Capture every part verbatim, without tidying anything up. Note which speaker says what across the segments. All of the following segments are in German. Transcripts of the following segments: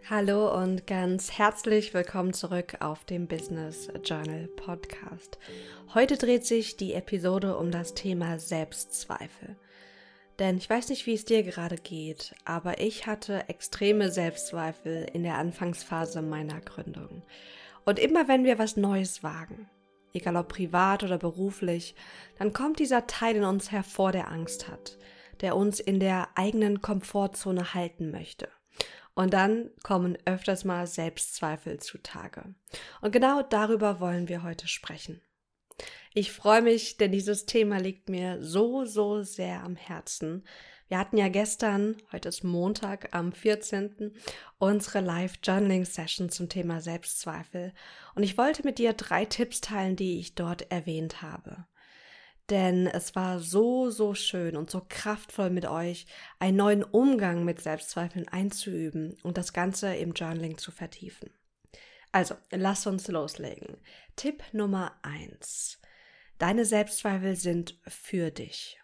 Speaker 1: Hallo und ganz herzlich willkommen zurück auf dem Business Journal Podcast. Heute dreht sich die Episode um das Thema Selbstzweifel. Denn ich weiß nicht, wie es dir gerade geht, aber ich hatte extreme Selbstzweifel in der Anfangsphase meiner Gründung. Und immer wenn wir was Neues wagen, egal ob privat oder beruflich, dann kommt dieser Teil in uns hervor, der Angst hat, der uns in der eigenen Komfortzone halten möchte. Und dann kommen öfters mal Selbstzweifel zutage. Und genau darüber wollen wir heute sprechen. Ich freue mich, denn dieses Thema liegt mir so, so sehr am Herzen. Wir hatten ja gestern, heute ist Montag, am vierzehnten unsere Live-Journaling-Session zum Thema Selbstzweifel. Und ich wollte mit dir drei Tipps teilen, die ich dort erwähnt habe. Denn es war so, so schön und so kraftvoll mit euch, einen neuen Umgang mit Selbstzweifeln einzuüben und das Ganze im Journaling zu vertiefen. Also, lass uns loslegen. Tipp Nummer eins. Deine Selbstzweifel sind für dich.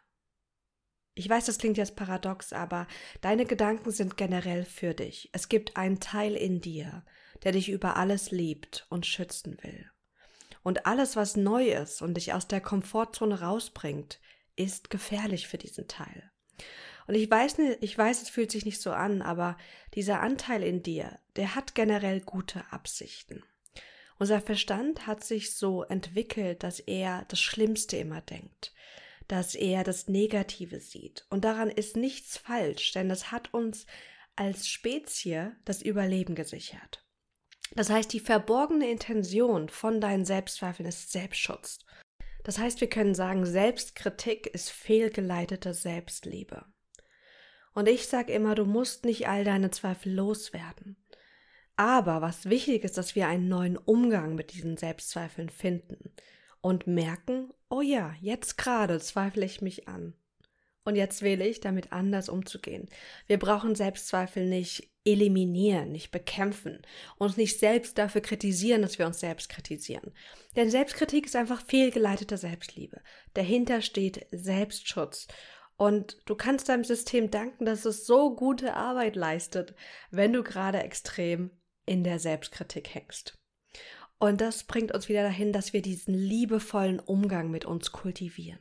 Speaker 1: Ich weiß, das klingt jetzt paradox, aber deine Gedanken sind generell für dich. Es gibt einen Teil in dir, der dich über alles liebt und schützen will. Und alles, was neu ist und dich aus der Komfortzone rausbringt, ist gefährlich für diesen Teil. Und ich weiß nicht, ich weiß, es fühlt sich nicht so an, aber dieser Anteil in dir, der hat generell gute Absichten. Unser Verstand hat sich so entwickelt, dass er das Schlimmste immer denkt, dass er das Negative sieht. Und daran ist nichts falsch, denn das hat uns als Spezies das Überleben gesichert. Das heißt, die verborgene Intention von deinen Selbstzweifeln ist Selbstschutz. Das heißt, wir können sagen, Selbstkritik ist fehlgeleitete Selbstliebe. Und ich sage immer, du musst nicht all deine Zweifel loswerden. Aber was wichtig ist, dass wir einen neuen Umgang mit diesen Selbstzweifeln finden und merken, oh ja, jetzt gerade zweifle ich mich an. Und jetzt wähle ich, damit anders umzugehen. Wir brauchen Selbstzweifel nicht eliminieren, nicht bekämpfen, uns nicht selbst dafür kritisieren, dass wir uns selbst kritisieren. Denn Selbstkritik ist einfach fehlgeleitete Selbstliebe. Dahinter steht Selbstschutz. Und du kannst deinem System danken, dass es so gute Arbeit leistet, wenn du gerade extrem in der Selbstkritik hängst. Und das bringt uns wieder dahin, dass wir diesen liebevollen Umgang mit uns kultivieren.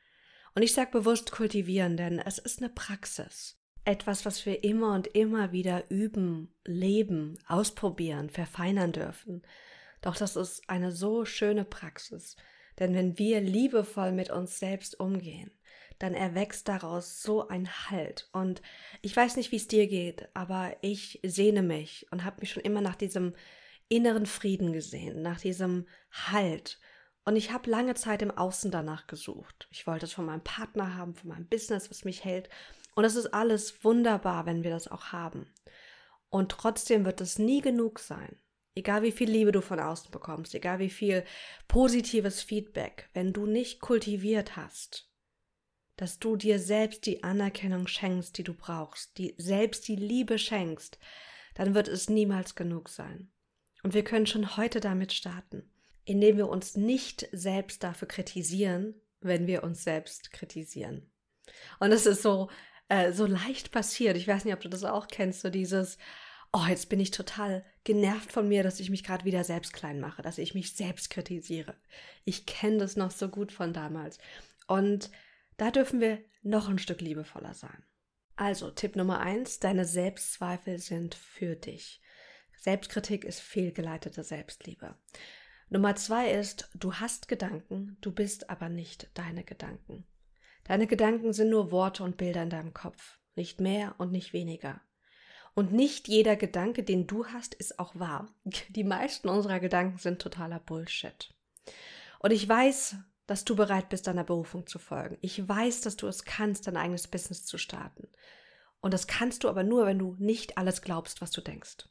Speaker 1: Und ich sage bewusst kultivieren, denn es ist eine Praxis. Etwas, was wir immer und immer wieder üben, leben, ausprobieren, verfeinern dürfen. Doch das ist eine so schöne Praxis. Denn wenn wir liebevoll mit uns selbst umgehen, dann erwächst daraus so ein Halt. Und ich weiß nicht, wie es dir geht, aber ich sehne mich und habe mich schon immer nach diesem inneren Frieden gesehen, nach diesem Halt. Und ich habe lange Zeit im Außen danach gesucht. Ich wollte es von meinem Partner haben, von meinem Business, was mich hält. Und es ist alles wunderbar, wenn wir das auch haben. Und trotzdem wird es nie genug sein. Egal wie viel Liebe du von außen bekommst, egal wie viel positives Feedback, wenn du nicht kultiviert hast, dass du dir selbst die Anerkennung schenkst, die du brauchst, die selbst die Liebe schenkst, dann wird es niemals genug sein. Und wir können schon heute damit starten, indem wir uns nicht selbst dafür kritisieren, wenn wir uns selbst kritisieren. Und es ist so, äh, so leicht passiert. Ich weiß nicht, ob du das auch kennst, so dieses, oh, jetzt bin ich total genervt von mir, dass ich mich gerade wieder selbst klein mache, dass ich mich selbst kritisiere. Ich kenne das noch so gut von damals. Und da dürfen wir noch ein Stück liebevoller sein. Also, Tipp Nummer eins, deine Selbstzweifel sind für dich. Selbstkritik ist fehlgeleitete Selbstliebe. Nummer zwei ist, du hast Gedanken, du bist aber nicht deine Gedanken. Deine Gedanken sind nur Worte und Bilder in deinem Kopf, nicht mehr und nicht weniger. Und nicht jeder Gedanke, den du hast, ist auch wahr. Die meisten unserer Gedanken sind totaler Bullshit. Und ich weiß, dass du bereit bist, deiner Berufung zu folgen. Ich weiß, dass du es kannst, dein eigenes Business zu starten. Und das kannst du aber nur, wenn du nicht alles glaubst, was du denkst.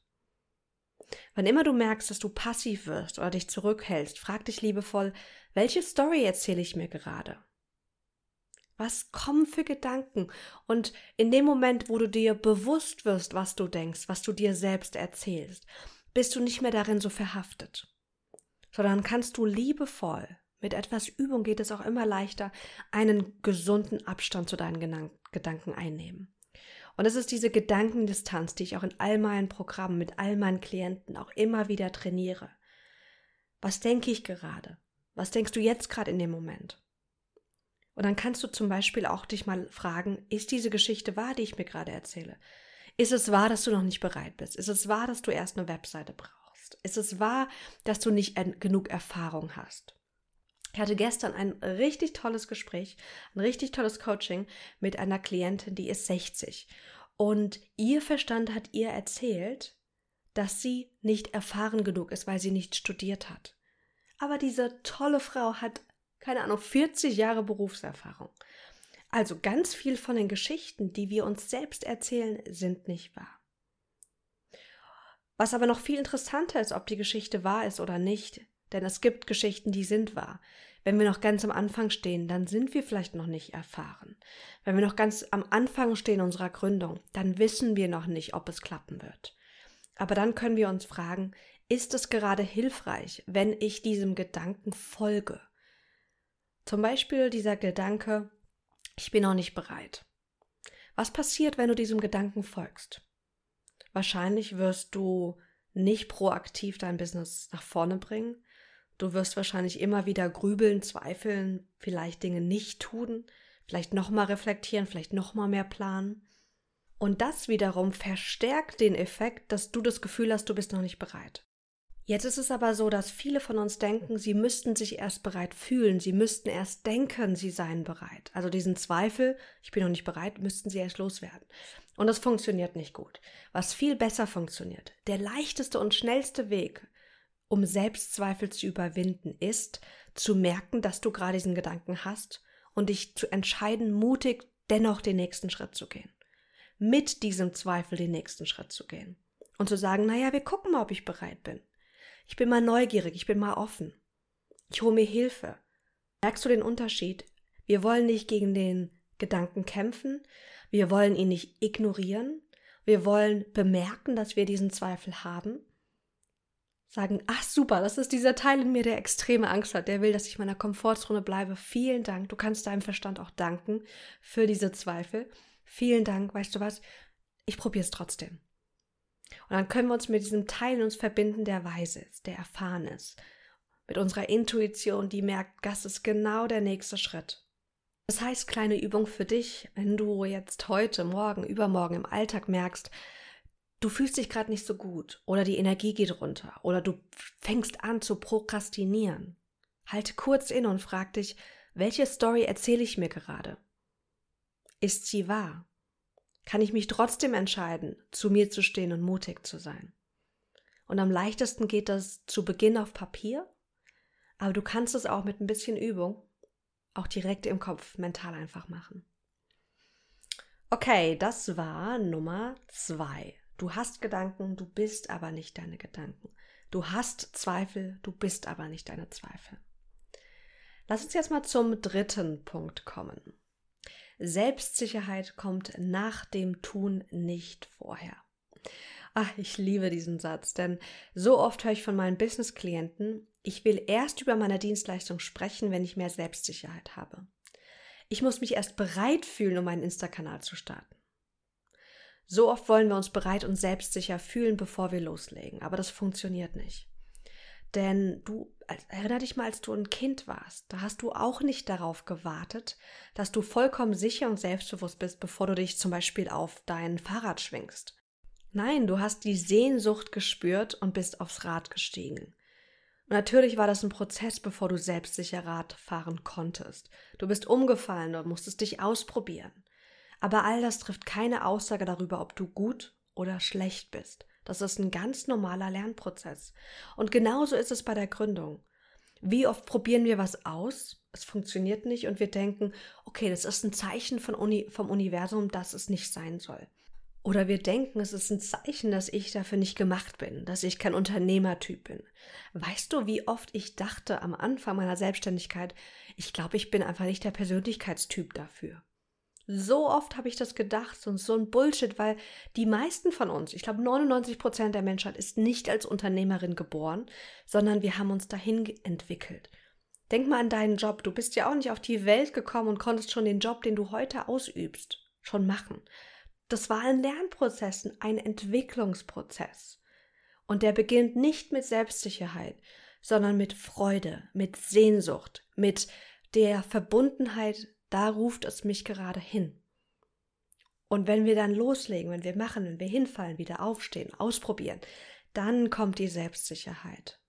Speaker 1: Wann immer du merkst, dass du passiv wirst oder dich zurückhältst, frag dich liebevoll, welche Story erzähle ich mir gerade? Was kommen für Gedanken? Und in dem Moment, wo du dir bewusst wirst, was du denkst, was du dir selbst erzählst, bist du nicht mehr darin so verhaftet, sondern kannst du liebevoll, mit etwas Übung geht es auch immer leichter, einen gesunden Abstand zu deinen Gedanken einnehmen. Und es ist diese Gedankendistanz, die ich auch in all meinen Programmen mit all meinen Klienten auch immer wieder trainiere. Was denke ich gerade? Was denkst du jetzt gerade in dem Moment? Und dann kannst du zum Beispiel auch dich mal fragen, ist diese Geschichte wahr, die ich mir gerade erzähle? Ist es wahr, dass du noch nicht bereit bist? Ist es wahr, dass du erst eine Webseite brauchst? Ist es wahr, dass du nicht genug Erfahrung hast? Ich hatte gestern ein richtig tolles Gespräch, ein richtig tolles Coaching mit einer Klientin, die ist sechzig. Und ihr Verstand hat ihr erzählt, dass sie nicht erfahren genug ist, weil sie nicht studiert hat. Aber diese tolle Frau hat, keine Ahnung, vierzig Jahre Berufserfahrung. Also ganz viel von den Geschichten, die wir uns selbst erzählen, sind nicht wahr. Was aber noch viel interessanter ist, ob die Geschichte wahr ist oder nicht, denn es gibt Geschichten, die sind wahr. Wenn wir noch ganz am Anfang stehen, dann sind wir vielleicht noch nicht erfahren. Wenn wir noch ganz am Anfang stehen unserer Gründung, dann wissen wir noch nicht, ob es klappen wird. Aber dann können wir uns fragen, ist es gerade hilfreich, wenn ich diesem Gedanken folge? Zum Beispiel dieser Gedanke, ich bin noch nicht bereit. Was passiert, wenn du diesem Gedanken folgst? Wahrscheinlich wirst du nicht proaktiv dein Business nach vorne bringen. Du wirst wahrscheinlich immer wieder grübeln, zweifeln, vielleicht Dinge nicht tun, vielleicht nochmal reflektieren, vielleicht nochmal mehr planen. Und das wiederum verstärkt den Effekt, dass du das Gefühl hast, du bist noch nicht bereit. Jetzt ist es aber so, dass viele von uns denken, sie müssten sich erst bereit fühlen, sie müssten erst denken, sie seien bereit. Also diesen Zweifel, ich bin noch nicht bereit, müssten sie erst loswerden. Und das funktioniert nicht gut. Was viel besser funktioniert, der leichteste und schnellste Weg, um Selbstzweifel zu überwinden, ist, zu merken, dass du gerade diesen Gedanken hast und dich zu entscheiden, mutig dennoch den nächsten Schritt zu gehen. Mit diesem Zweifel den nächsten Schritt zu gehen. Und zu sagen, naja, wir gucken mal, ob ich bereit bin. Ich bin mal neugierig, ich bin mal offen. Ich hole mir Hilfe. Merkst du den Unterschied? Wir wollen nicht gegen den Gedanken kämpfen. Wir wollen ihn nicht ignorieren. Wir wollen bemerken, dass wir diesen Zweifel haben. Sagen, ach super, das ist dieser Teil in mir, der extreme Angst hat. Der will, dass ich in meiner Komfortzone bleibe. Vielen Dank. Du kannst deinem Verstand auch danken für diese Zweifel. Vielen Dank. Weißt du was? Ich probiere es trotzdem. Und dann können wir uns mit diesem Teil in uns verbinden, der weise ist, der erfahren ist. Mit unserer Intuition, die merkt, das ist genau der nächste Schritt. Das heißt, kleine Übung für dich, wenn du jetzt heute, morgen, übermorgen im Alltag merkst, du fühlst dich gerade nicht so gut oder die Energie geht runter oder du fängst an zu prokrastinieren. Halte kurz inne und frag dich, welche Story erzähle ich mir gerade? Ist sie wahr? Kann ich mich trotzdem entscheiden, zu mir zu stehen und mutig zu sein? Und am leichtesten geht das zu Beginn auf Papier, aber du kannst es auch mit ein bisschen Übung auch direkt im Kopf mental einfach machen. Okay, das war Nummer zwei. Du hast Gedanken, du bist aber nicht deine Gedanken. Du hast Zweifel, du bist aber nicht deine Zweifel. Lass uns jetzt mal zum dritten Punkt kommen. Selbstsicherheit kommt nach dem Tun, nicht vorher. Ach, ich liebe diesen Satz, denn so oft höre ich von meinen Business-Klienten, ich will erst über meine Dienstleistung sprechen, wenn ich mehr Selbstsicherheit habe. Ich muss mich erst bereit fühlen, um einen Insta-Kanal zu starten. So oft wollen wir uns bereit und selbstsicher fühlen, bevor wir loslegen, aber das funktioniert nicht. Denn du, erinner dich mal, als du ein Kind warst, da hast du auch nicht darauf gewartet, dass du vollkommen sicher und selbstbewusst bist, bevor du dich zum Beispiel auf dein Fahrrad schwingst. Nein, du hast die Sehnsucht gespürt und bist aufs Rad gestiegen. Und natürlich war das ein Prozess, bevor du selbstsicher Rad fahren konntest. Du bist umgefallen, du musstest dich ausprobieren. Aber all das trifft keine Aussage darüber, ob du gut oder schlecht bist. Das ist ein ganz normaler Lernprozess. Und genauso ist es bei der Gründung. Wie oft probieren wir was aus, es funktioniert nicht und wir denken, okay, das ist ein Zeichen von Uni, vom Universum, dass es nicht sein soll. Oder wir denken, es ist ein Zeichen, dass ich dafür nicht gemacht bin, dass ich kein Unternehmertyp bin. Weißt du, wie oft ich dachte am Anfang meiner Selbstständigkeit, ich glaube, ich bin einfach nicht der Persönlichkeitstyp dafür. So oft habe ich das gedacht und so ein Bullshit, weil die meisten von uns, ich glaube neunundneunzig Prozent der Menschheit ist nicht als Unternehmerin geboren, sondern wir haben uns dahin entwickelt. Denk mal an deinen Job. Du bist ja auch nicht auf die Welt gekommen und konntest schon den Job, den du heute ausübst, schon machen. das war ein Lernprozess, ein Entwicklungsprozess. Und der beginnt nicht mit Selbstsicherheit, sondern mit Freude, mit Sehnsucht, mit der Verbundenheit, da ruft es mich gerade hin. Und wenn wir dann loslegen, wenn wir machen, wenn wir hinfallen, wieder aufstehen, ausprobieren, dann kommt die Selbstsicherheit.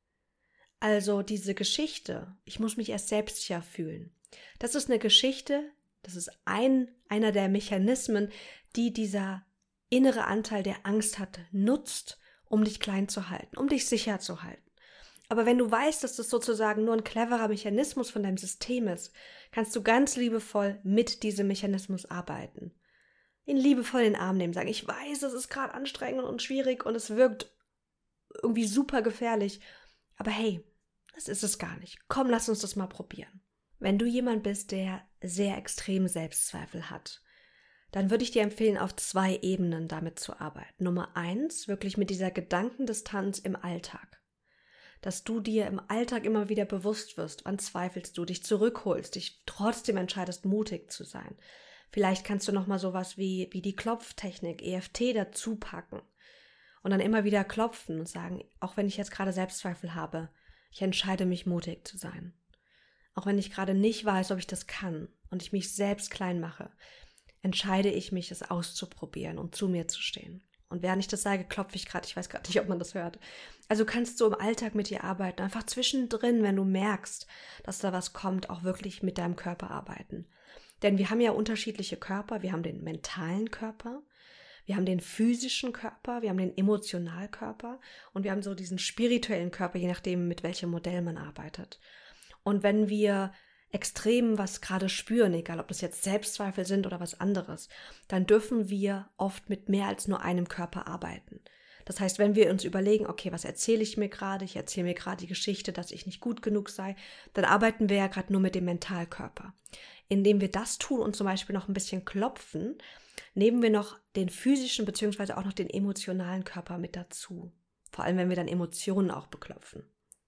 Speaker 1: Also diese Geschichte, ich muss mich erst selbstsicher fühlen. Das ist eine Geschichte, das ist ein, einer der Mechanismen, die dieser innere Anteil, der Angst hat, nutzt, um dich klein zu halten, um dich sicher zu halten. Aber wenn du weißt, dass das sozusagen nur ein cleverer Mechanismus von deinem System ist, kannst du ganz liebevoll mit diesem Mechanismus arbeiten. Ihn liebevoll in den Arm nehmen, sagen, ich weiß, es ist gerade anstrengend und schwierig und es wirkt irgendwie super gefährlich, aber hey, das ist es gar nicht. Komm, lass uns das mal probieren. Wenn du jemand bist, der sehr extrem Selbstzweifel hat, dann würde ich dir empfehlen, auf zwei Ebenen damit zu arbeiten. Nummer eins, wirklich mit dieser Gedankendistanz im Alltag. Dass du dir im Alltag immer wieder bewusst wirst, wann zweifelst du, dich zurückholst, dich trotzdem entscheidest, mutig zu sein. Vielleicht kannst du nochmal sowas wie, wie die Klopftechnik, E F T dazu packen und dann immer wieder klopfen und sagen, auch wenn ich jetzt gerade Selbstzweifel habe, ich entscheide mich, mutig zu sein. Auch wenn ich gerade nicht weiß, ob ich das kann und ich mich selbst klein mache, entscheide ich mich, es auszuprobieren und zu mir zu stehen. Und während ich das sage, klopfe ich gerade, ich weiß gerade nicht, ob man das hört. Also kannst du im Alltag mit dir arbeiten, einfach zwischendrin, wenn du merkst, dass da was kommt, auch wirklich mit deinem Körper arbeiten. Denn wir haben ja unterschiedliche Körper, wir haben den mentalen Körper, wir haben den physischen Körper, wir haben den Emotionalkörper und wir haben so diesen spirituellen Körper, je nachdem, mit welchem Modell man arbeitet. Und wenn wir extrem was gerade spüren, egal ob das jetzt Selbstzweifel sind oder was anderes, dann dürfen wir oft mit mehr als nur einem Körper arbeiten. Das heißt, wenn wir uns überlegen, okay, was erzähle ich mir gerade? Ich erzähle mir gerade die Geschichte, dass ich nicht gut genug sei, dann arbeiten wir ja gerade nur mit dem Mentalkörper. Indem wir das tun und zum Beispiel noch ein bisschen klopfen, nehmen wir noch den physischen bzw. auch noch den emotionalen Körper mit dazu. Vor allem, wenn wir dann Emotionen auch beklopfen.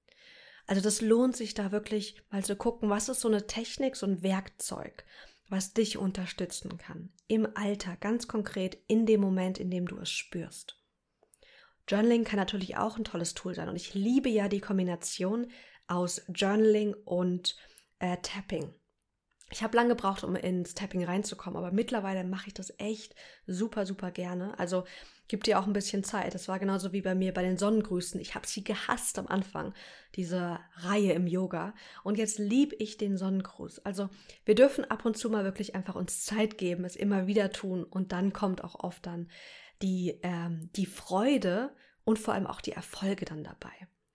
Speaker 1: Also das lohnt sich da wirklich mal zu gucken, was ist so eine Technik, so ein Werkzeug, was dich unterstützen kann. Im Alltag, ganz konkret in dem Moment, in dem du es spürst. Journaling kann natürlich auch ein tolles Tool sein und ich liebe ja die Kombination aus Journaling und äh, Tapping. Ich habe lange gebraucht, um ins Tapping reinzukommen, aber mittlerweile mache ich das echt super, super gerne. Also gib dir auch ein bisschen Zeit. Das war genauso wie bei mir bei den Sonnengrüßen. Ich habe sie gehasst am Anfang, diese Reihe im Yoga. Und jetzt liebe ich den Sonnengruß. Also wir dürfen ab und zu mal wirklich einfach uns Zeit geben, es immer wieder tun. Und dann kommt auch oft dann die, ähm, die Freude und vor allem auch die Erfolge dann dabei.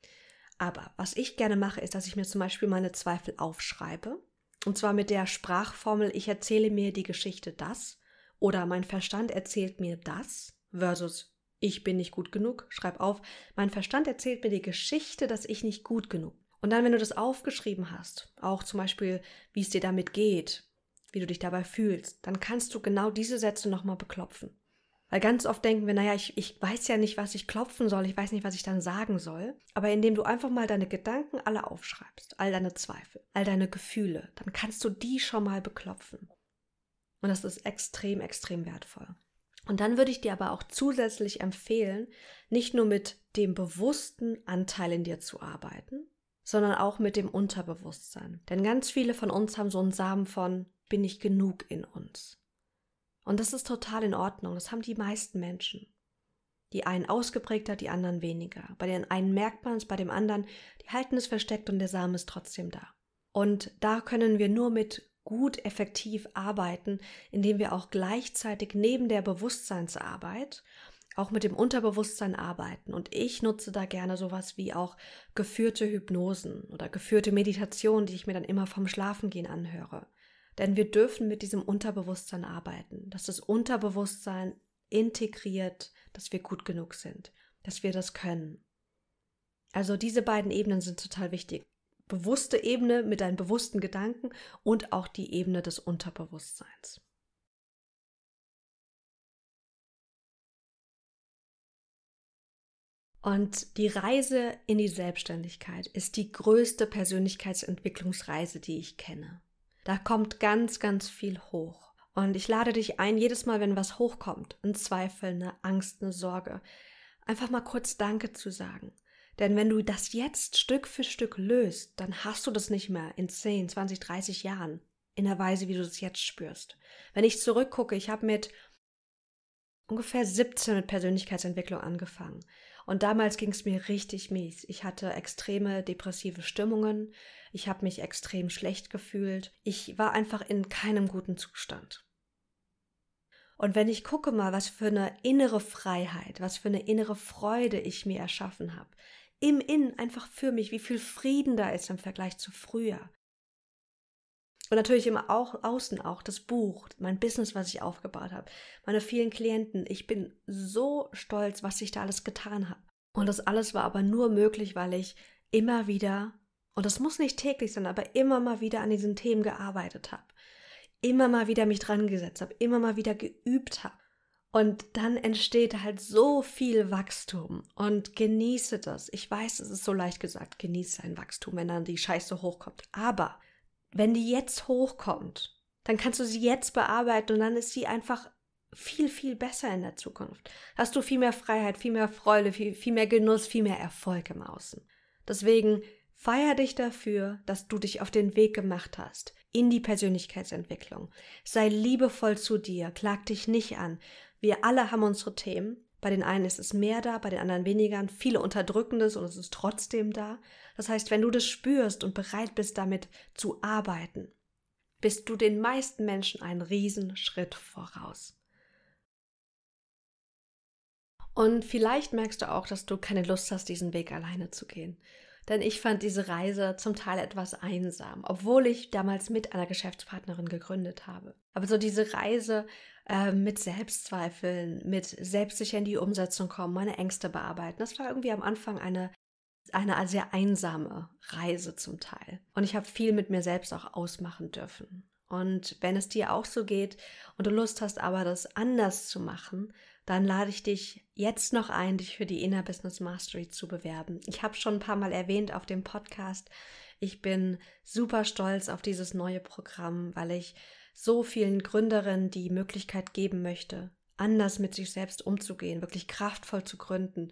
Speaker 1: Aber was ich gerne mache, ist, dass ich mir zum Beispiel meine Zweifel aufschreibe. Und zwar mit der Sprachformel, ich erzähle mir die Geschichte das oder mein Verstand erzählt mir das versus ich bin nicht gut genug. Schreib auf, mein Verstand erzählt mir die Geschichte, dass ich nicht gut genug bin. Und dann, wenn du das aufgeschrieben hast, auch zum Beispiel, wie es dir damit geht, wie du dich dabei fühlst, dann kannst du genau diese Sätze nochmal beklopfen. Weil ganz oft denken wir, naja, ich, ich weiß ja nicht, was ich klopfen soll, ich weiß nicht, was ich dann sagen soll. Aber indem du einfach mal deine Gedanken alle aufschreibst, all deine Zweifel, all deine Gefühle, dann kannst du die schon mal beklopfen. Und das ist extrem, extrem wertvoll. Und dann würde ich dir aber auch zusätzlich empfehlen, nicht nur mit dem bewussten Anteil in dir zu arbeiten, sondern auch mit dem Unterbewusstsein. Denn ganz viele von uns haben so einen Samen von, bin ich genug in uns? Und das ist total in Ordnung, das haben die meisten Menschen. Die einen ausgeprägter, die anderen weniger. Bei den einen merkt man es, bei dem anderen, die halten es versteckt und der Samen ist trotzdem da. Und da können wir nur mit gut effektiv arbeiten, indem wir auch gleichzeitig neben der Bewusstseinsarbeit auch mit dem Unterbewusstsein arbeiten. Und ich nutze da gerne sowas wie auch geführte Hypnosen oder geführte Meditation, die ich mir dann immer vom Schlafengehen anhöre. Denn wir dürfen mit diesem Unterbewusstsein arbeiten, dass das Unterbewusstsein integriert, dass wir gut genug sind, dass wir das können. Also diese beiden Ebenen sind total wichtig. Bewusste Ebene mit deinen bewussten Gedanken und auch die Ebene des Unterbewusstseins. Und die Reise in die Selbstständigkeit ist die größte Persönlichkeitsentwicklungsreise, die ich kenne. Da kommt ganz, ganz viel hoch. Und ich lade dich ein, jedes Mal, wenn was hochkommt, ein Zweifel, eine Angst, eine Sorge, einfach mal kurz Danke zu sagen. Denn wenn du das jetzt Stück für Stück löst, dann hast du das nicht mehr in zehn, zwanzig, dreißig Jahren in der Weise, wie du das jetzt spürst. Wenn ich zurückgucke, ich habe mit ungefähr siebzehn mit Persönlichkeitsentwicklung angefangen. Und damals ging es mir richtig mies. Ich hatte extreme depressive Stimmungen. Ich habe mich extrem schlecht gefühlt. Ich war einfach in keinem guten Zustand. Und wenn ich gucke mal, was für eine innere Freiheit, was für eine innere Freude ich mir erschaffen habe, im Innen einfach für mich, wie viel Frieden da ist im Vergleich zu früher. Und natürlich im Au- Außen auch das Buch, mein Business, was ich aufgebaut habe, meine vielen Klienten. Ich bin so stolz, was ich da alles getan habe. Und das alles war aber nur möglich, weil ich immer wieder, und das muss nicht täglich sein, aber immer mal wieder an diesen Themen gearbeitet habe. Immer mal wieder mich dran gesetzt habe, immer mal wieder geübt habe. Und dann entsteht halt so viel Wachstum und genieße das. Ich weiß, es ist so leicht gesagt, genieße ein Wachstum, wenn dann die Scheiße hochkommt. Aber wenn die jetzt hochkommt, dann kannst du sie jetzt bearbeiten und dann ist sie einfach viel, viel besser in der Zukunft. Hast du viel mehr Freiheit, viel mehr Freude, viel, viel mehr Genuss, viel mehr Erfolg im Außen. Deswegen feier dich dafür, dass du dich auf den Weg gemacht hast in die Persönlichkeitsentwicklung. Sei liebevoll zu dir, klag dich nicht an. Wir alle haben unsere Themen. Bei den einen ist es mehr da, bei den anderen weniger. Viele unterdrücken das und es ist trotzdem da. Das heißt, wenn du das spürst und bereit bist, damit zu arbeiten, bist du den meisten Menschen einen Riesenschritt voraus. Und vielleicht merkst du auch, dass du keine Lust hast, diesen Weg alleine zu gehen. Denn ich fand diese Reise zum Teil etwas einsam, obwohl ich damals mit einer Geschäftspartnerin gegründet habe. Aber so diese Reise äh, mit Selbstzweifeln, mit selbstsicher in die Umsetzung kommen, meine Ängste bearbeiten, das war irgendwie am Anfang eine, eine sehr einsame Reise zum Teil. Und ich habe viel mit mir selbst auch ausmachen dürfen. Und wenn es dir auch so geht und du Lust hast, aber das anders zu machen, dann lade ich dich jetzt noch ein, dich für die Inner Business Mastery zu bewerben. Ich habe schon ein paar Mal erwähnt auf dem Podcast, ich bin super stolz auf dieses neue Programm, weil ich so vielen Gründerinnen die Möglichkeit geben möchte, anders mit sich selbst umzugehen, wirklich kraftvoll zu gründen.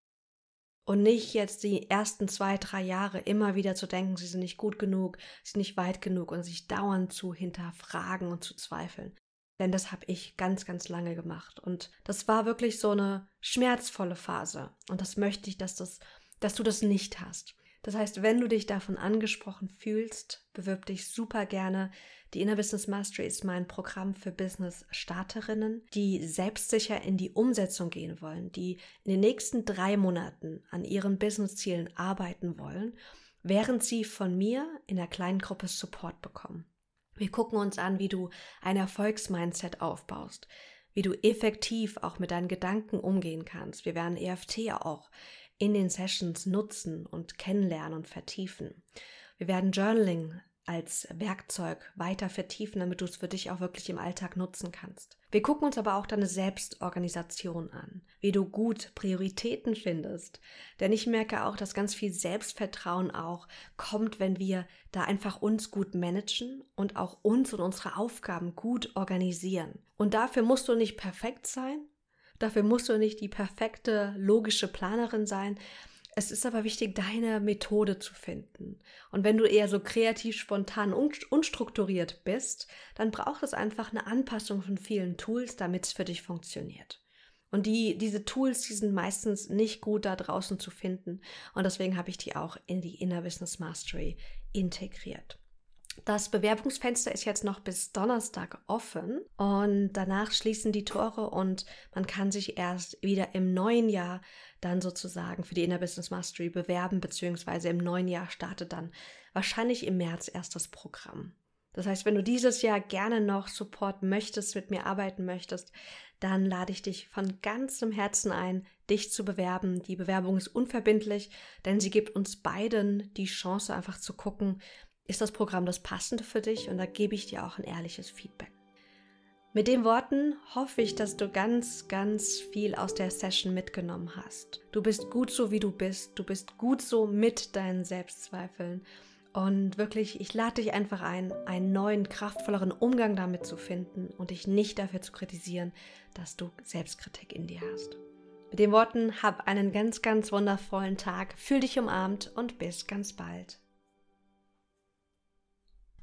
Speaker 1: Und nicht jetzt die ersten zwei, drei Jahre immer wieder zu denken, sie sind nicht gut genug, sie sind nicht weit genug und sich dauernd zu hinterfragen und zu zweifeln. Denn das habe ich ganz, ganz lange gemacht. Und das war wirklich so eine schmerzvolle Phase. Und das möchte ich, dass, das, dass du das nicht hast. Das heißt, wenn du dich davon angesprochen fühlst, bewirb dich super gerne. Die Inner Business Mastery ist mein Programm für Business-Starterinnen, die selbstsicher in die Umsetzung gehen wollen, die in den nächsten drei Monaten an ihren Business-Zielen arbeiten wollen, während sie von mir in der kleinen Gruppe Support bekommen. Wir gucken uns an, wie du ein Erfolgsmindset aufbaust, wie du effektiv auch mit deinen Gedanken umgehen kannst. Wir werden E F T auch in den Sessions nutzen und kennenlernen und vertiefen. Wir werden Journaling als Werkzeug weiter vertiefen, damit du es für dich auch wirklich im Alltag nutzen kannst. Wir gucken uns aber auch deine Selbstorganisation an, wie du gut Prioritäten findest. Denn ich merke auch, dass ganz viel Selbstvertrauen auch kommt, wenn wir da einfach uns gut managen und auch uns und unsere Aufgaben gut organisieren. Und dafür musst du nicht perfekt sein, dafür musst du nicht die perfekte logische Planerin sein. Es ist aber wichtig, deine Methode zu finden. Und wenn du eher so kreativ, spontan, unstrukturiert bist, dann braucht es einfach eine Anpassung von vielen Tools, damit es für dich funktioniert. Und die, diese Tools, die sind meistens nicht gut da draußen zu finden. Und deswegen habe ich die auch in die Inner Business Mastery integriert. Das Bewerbungsfenster ist jetzt noch bis Donnerstag offen und danach schließen die Tore und man kann sich erst wieder im neuen Jahr dann sozusagen für die Inner Business Mastery bewerben, beziehungsweise im neuen Jahr startet dann wahrscheinlich im März erst das Programm. Das heißt, wenn du dieses Jahr gerne noch Support möchtest, mit mir arbeiten möchtest, dann lade ich dich von ganzem Herzen ein, dich zu bewerben. Die Bewerbung ist unverbindlich, denn sie gibt uns beiden die Chance, einfach zu gucken, ist das Programm das Passende für dich? Und da gebe ich dir auch ein ehrliches Feedback. Mit den Worten hoffe ich, dass du ganz, ganz viel aus der Session mitgenommen hast. Du bist gut so, wie du bist. Du bist gut so mit deinen Selbstzweifeln. Und wirklich, ich lade dich einfach ein, einen neuen, kraftvolleren Umgang damit zu finden und dich nicht dafür zu kritisieren, dass du Selbstkritik in dir hast. Mit den Worten, hab einen ganz, ganz wundervollen Tag, fühl dich umarmt und bis ganz bald.